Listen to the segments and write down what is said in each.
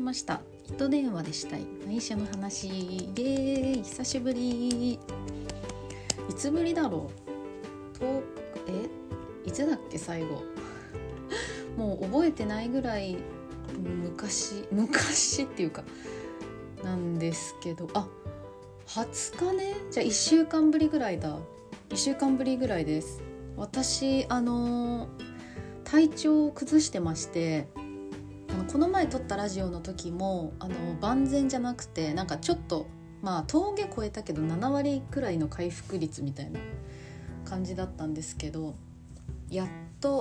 ました。糸電話でしたい内緒の話。イエーイ、久しぶり。いつぶりだろう。いつだっけ最後もう覚えてないぐらい昔っていうかなんですけど、20日ね。じゃあ1週間ぶりぐらいだ。1週間ぶりぐらいです。私体調を崩してまして、この前撮ったラジオの時も万全じゃなくて、なんかちょっと峠越えたけど7割くらいの回復率みたいな感じだったんですけど、やっと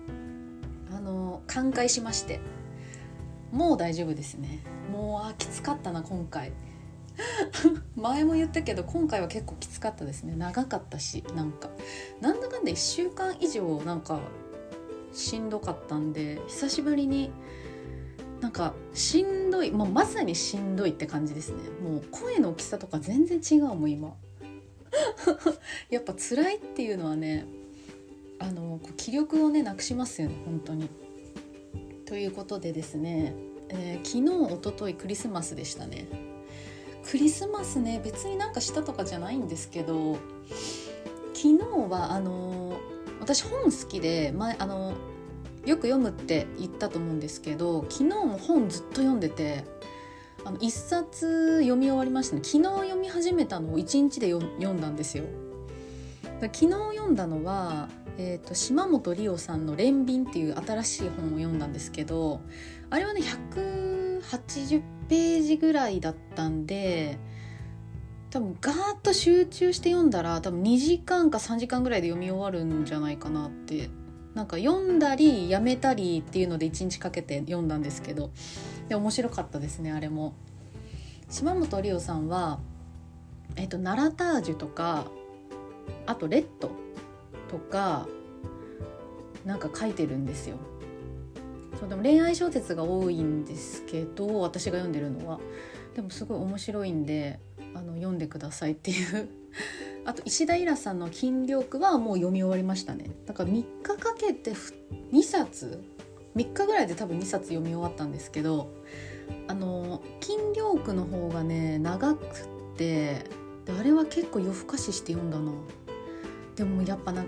寛解しまして、もう大丈夫ですね。もうきつかったな今回前も言ったけど今回は結構きつかったですね。長かったし、なんだかんだ1週間以上しんどかったんで、久しぶりにしんどい、もうまさにしんどいって感じですね。もう声の大きさとか全然違うもん今やっぱ辛いっていうのはね、気力をねなくしますよね本当に。ということでですね、昨日一昨日クリスマスでしたね。クリスマスね、別にしたとかじゃないんですけど、昨日は私本好きでよく読むって言ったと思うんですけど、昨日も本ずっと読んでて、一冊読み終わりましたね。昨日読み始めたのを1日で読んだんですよ。昨日読んだのは、島本理生さんの錬瓶っていう新しい本を読んだんですけど、あれはね180ページぐらいだったんで、多分ガーッと集中して読んだら多分2時間か3時間ぐらいで読み終わるんじゃないかなって。読んだりやめたりっていうので1日かけて読んだんですけど、で面白かったですね。あれも島本理生さんは、ナラタージュとか、あとレッドとか書いてるんですよ。そうでも恋愛小説が多いんですけど、私が読んでるのはでもすごい面白いんで読んでくださいっていうあと石田イラさんの金陵区はもう読み終わりましたね。だから3日かけて2冊3日ぐらいで多分2冊読み終わったんですけど、金陵区の方がね長くて、であれは結構夜更かしして読んだな。でもやっぱ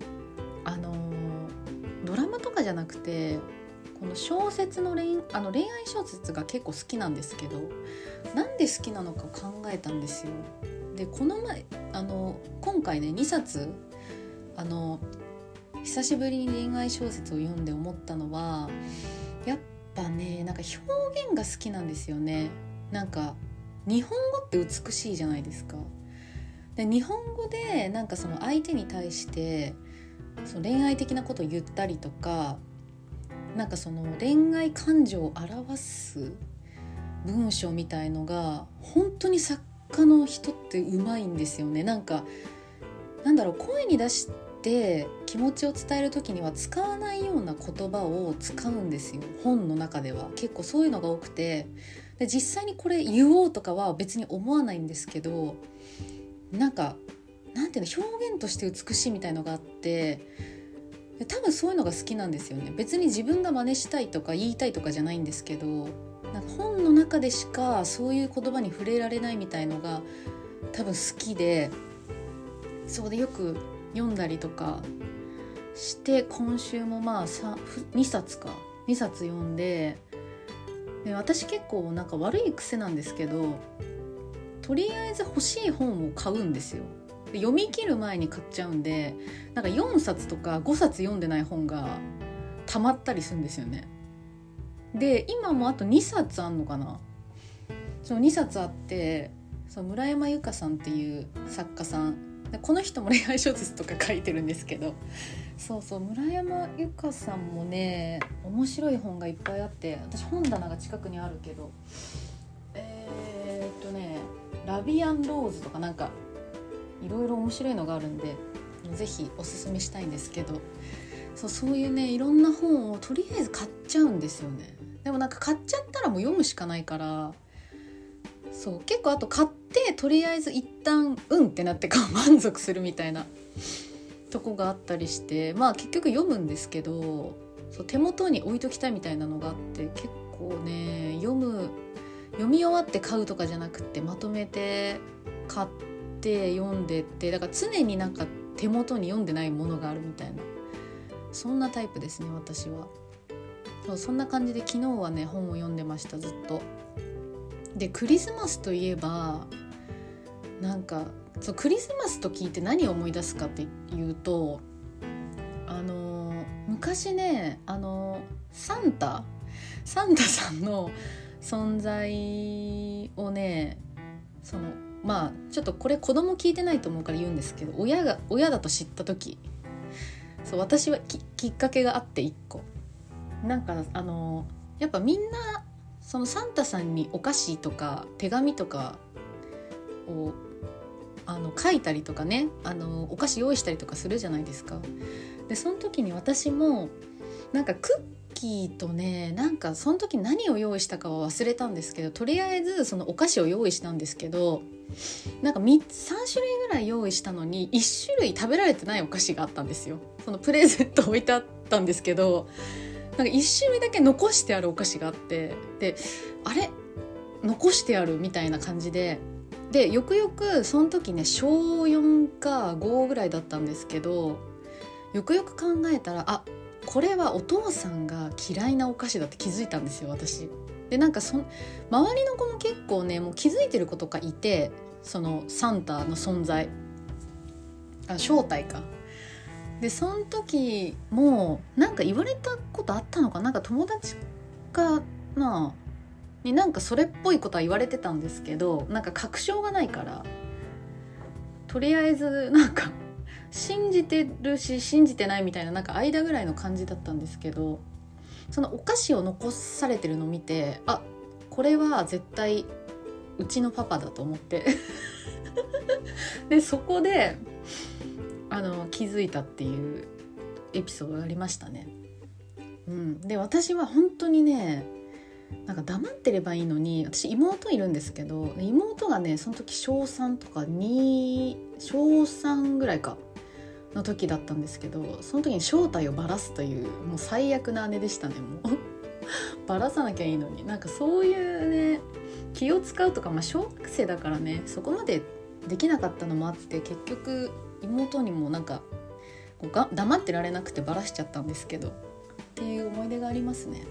ドラマとかじゃなくて、この小説の恋愛小説が結構好きなんですけど、なんで好きなのか考えたんですよ。でこの前今回ね2冊久しぶりに恋愛小説を読んで思ったのは、やっぱね表現が好きなんですよね。日本語って美しいじゃないですか。で日本語でその相手に対してその恋愛的なことを言ったりとか、その恋愛感情を表す文章みたいのが本当に作家の人ってうまいんですよね。声に出して気持ちを伝える時には使わないような言葉を使うんですよ。本の中では結構そういうのが多くて、で実際にこれ言おうとかは別に思わないんですけど、なんていうの、表現として美しいみたいのがあって、多分そういうのが好きなんですよね。別に自分が真似したいとか言いたいとかじゃないんですけど、本の中でしかそういう言葉に触れられないみたいのが多分好きで、そうでよく読んだりとかして、今週も2冊読んで、私結構悪い癖なんですけど、とりあえず欲しい本を買うんですよ。読み切る前に買っちゃうんで、4冊とか5冊読んでない本が溜まったりするんですよね。で今もあと2冊あんのかな。その2冊あって、その村山由佳さんっていう作家さんで、この人も恋愛小説とか書いてるんですけど、村山由佳さんもね面白い本がいっぱいあって、私本棚が近くにあるけど、ラビアンローズとかいろいろ面白いのがあるんで、ぜひおすすめしたいんですけど、そういうねいろんな本をとりあえず買っちゃうんですよね。でも買っちゃったらもう読むしかないから、結構あと買ってとりあえず一旦ってなって満足するみたいなとこがあったりして、結局読むんですけど、手元に置いときたいみたいなのがあって、結構ね読み終わって買うとかじゃなくて、まとめて買って読んでって、だから常になんか手元に読んでないものがあるみたいな、そんなタイプですね私は。そんな感じで昨日はね本を読んでました、ずっと。でクリスマスといえばなんかクリスマスと聞いて何を思い出すかっていうと、昔ねサンタさんの存在をね、まあちょっとこれ子供聞いてないと思うから言うんですけど、親だと知った時、私はきっかけがあって、一個なんかやっぱみんなそのサンタさんにお菓子とか手紙とかを書いたりとかね、お菓子用意したりとかするじゃないですか。でその時に私もなんかクッキーとね、なんかその時何を用意したかは忘れたんですけど、とりあえずそのお菓子を用意したんですけど、なんか3種類ぐらい用意したのに1種類食べられてないお菓子があったんですよ。そのプレゼント置いてあったんですけど、なんか1種類だけ残してあるお菓子があって、であれ残してあるみたいな感じで、よくよくその時ね小4か5ぐらいだったんですけど、よくよく考えたらこれはお父さんが嫌いなお菓子だって気づいたんですよ私。でなんか周りの子も結構ねもう気づいてる子とかいて、そのサンタの存在正体かで、その時もなんか言われたことあったのかなんか友達がになんかそれっぽいことは言われてたんですけど、なんか確証がないからとりあえずなんか信じてるし信じてないみたいな、なんか間ぐらいの感じだったんですけど、そのお菓子を残されてるのを見て、これは絶対うちのパパだと思ってでそこで気づいたっていうエピソードがありましたね。で私は本当にねなんか黙ってればいいのに、私妹いるんですけど、妹がねその時小3とか小3ぐらいかの時だったんですけど、その時に正体をバラすというもう最悪な姉でしたね。もうバラさなきゃいいのに、なんかそういうね気を使うとか、小学生だからねそこまでできなかったのもあって、結局妹にもなんか黙ってられなくてバラしちゃったんですけどっていう思い出がありますね。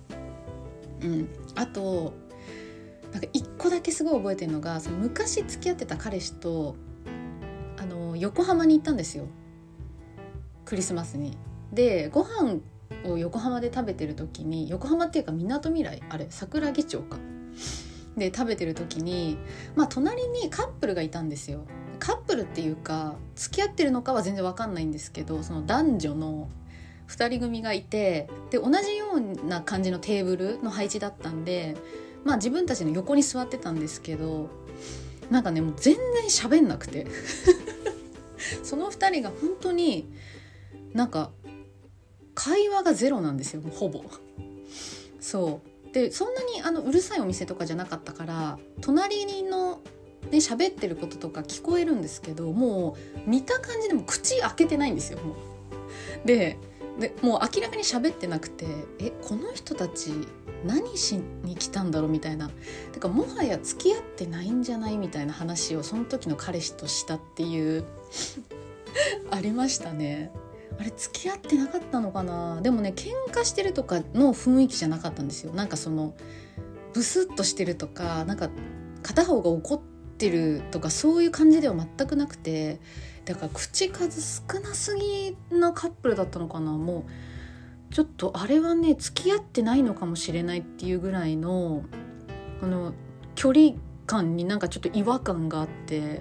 あとなんか一個だけすごい覚えてるのが、その昔付き合ってた彼氏と横浜に行ったんですよ、クリスマスに。でご飯を横浜で食べてる時に、横浜っていうかみなとみらい桜木町かで食べてる時に、隣にカップルがいたんですよ。カップルっていうか付き合ってるのかは全然わかんないんですけど、その男女の2人組がいて、で同じような感じのテーブルの配置だったんで、自分たちの横に座ってたんですけど、なんかねもう全然喋んなくてその2人が本当になんか会話がゼロなんですよ、もうほぼ。そうでそんなにうるさいお店とかじゃなかったから、隣のね喋ってることとか聞こえるんですけど、もう見た感じでも口開けてないんですよ。もうでもう明らかに喋ってなくて、この人たち何しに来たんだろうみたいな、てかもはや付き合ってないんじゃないみたいな話をその時の彼氏としたっていうありましたね。あれ付き合ってなかったのかな。でもね喧嘩してるとかの雰囲気じゃなかったんですよ。なんかそのブスッとしてるとか、なんか片方が怒ってるとかそういう感じでは全くなくて、だから口数少なすぎなカップルだったのかな。もうちょっとあれはね付き合ってないのかもしれないっていうぐらいの距離感になんかちょっと違和感があって、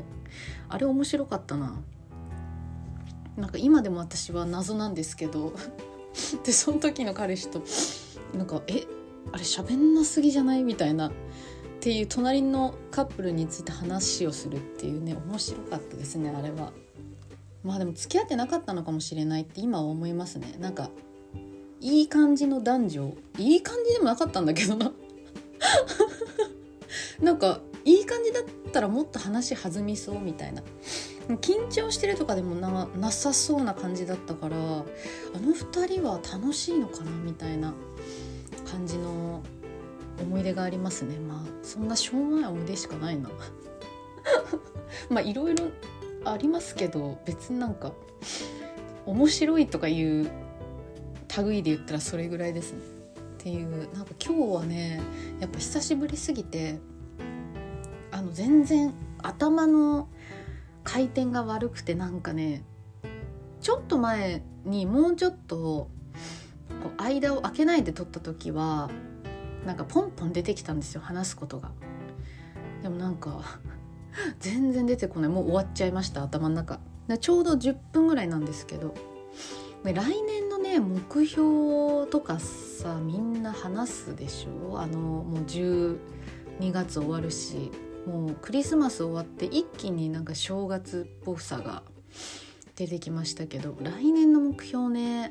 あれ面白かったな。なんか今でも私は謎なんですけどでその時の彼氏となんかあれ喋んなすぎじゃないみたいなっていう隣のカップルについて話をするっていうね、面白かったですねあれは。でも付き合ってなかったのかもしれないって今は思いますね。なんかいい感じの男女、いい感じでもなかったんだけどななんかいい感じだったらもっと話弾みそうみたいな、緊張してるとかでも なさそうな感じだったから、2人は楽しいのかなみたいな感じの思い出がありますね。まあそんなしょうもない思い出しかないなまあいろいろありますけど、別になんか面白いとかいう類で言ったらそれぐらいですね。っていう、なんか今日はねやっぱ久しぶりすぎて全然頭の回転が悪くて、なんかねちょっと前にもうちょっとこう間を空けないで撮った時はなんかポンポン出てきたんですよ、話すことが。でもなんか全然出てこない。もう終わっちゃいました、頭の中で。ちょうど10分ぐらいなんですけど、で来年のね目標とかさ、みんな話すでしょ。もう12月終わるし、もうクリスマス終わって一気になんか正月っぽさが出てきましたけど、来年の目標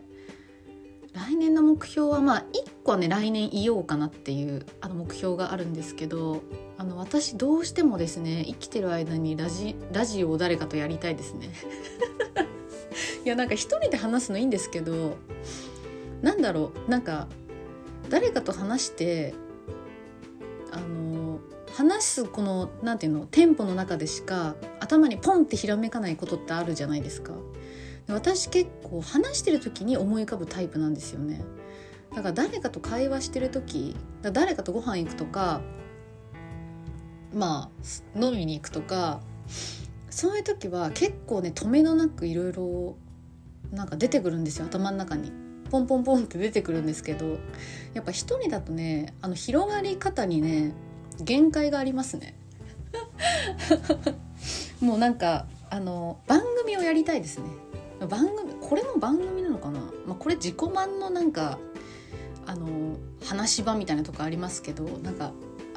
はまあ1個はね来年言おうかなっていう目標があるんですけど、私どうしてもですね生きてる間にラジオを誰かとやりたいですねいやなんか一人で話すのいいんですけど、なんだろう、なんか誰かと話して話すこのなんていうのテンポの中でしか頭にポンってひらめかないことってあるじゃないですか。で私結構話してる時に思い浮かぶタイプなんですよね。だから誰かと会話してる時、誰かとご飯行くとか、まあ飲みに行くとか、そういう時は結構ね止めどなくいろいろなんか出てくるんですよ、頭の中にポンポンポンって出てくるんですけど、やっぱ一人だとね広がり方にね限界がありますねもうなんか番組をやりたいですね。これも番組なのかな、まあ、これ自己満のなんか話し場みたいなとこありますけど、なんか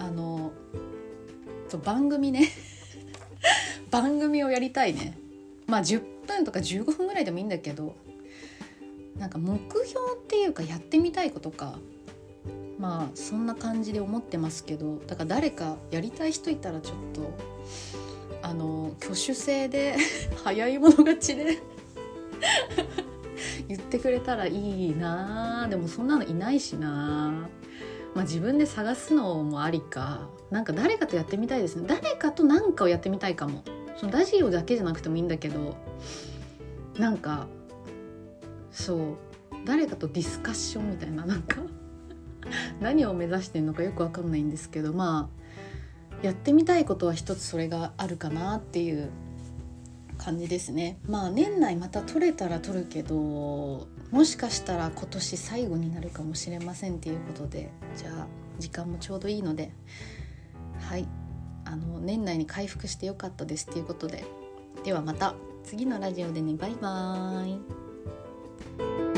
番組ね番組をやりたいね。まあ10分とか15分ぐらいでもいいんだけど、なんか目標っていうかやってみたいことか、まあそんな感じで思ってますけど、だから誰かやりたい人いたらちょっと挙手制で早い者勝ちで言ってくれたらいいな。でもそんなのいないしな。まあ自分で探すのもありか。なんか誰かとやってみたいですね。誰かと何かをやってみたいかも。そのラジオだけじゃなくてもいいんだけど、なんかそう誰かとディスカッションみたいな、なんか何を目指してるのかよく分かんないんですけど、まあやってみたいことは一つそれがあるかなっていう感じですね。まあ年内また取れたら取るけど、もしかしたら今年最後になるかもしれませんっていうことで、じゃあ時間もちょうどいいので、はい年内に回復してよかったですっていうことで、ではまた次のラジオでね、バイバーイ。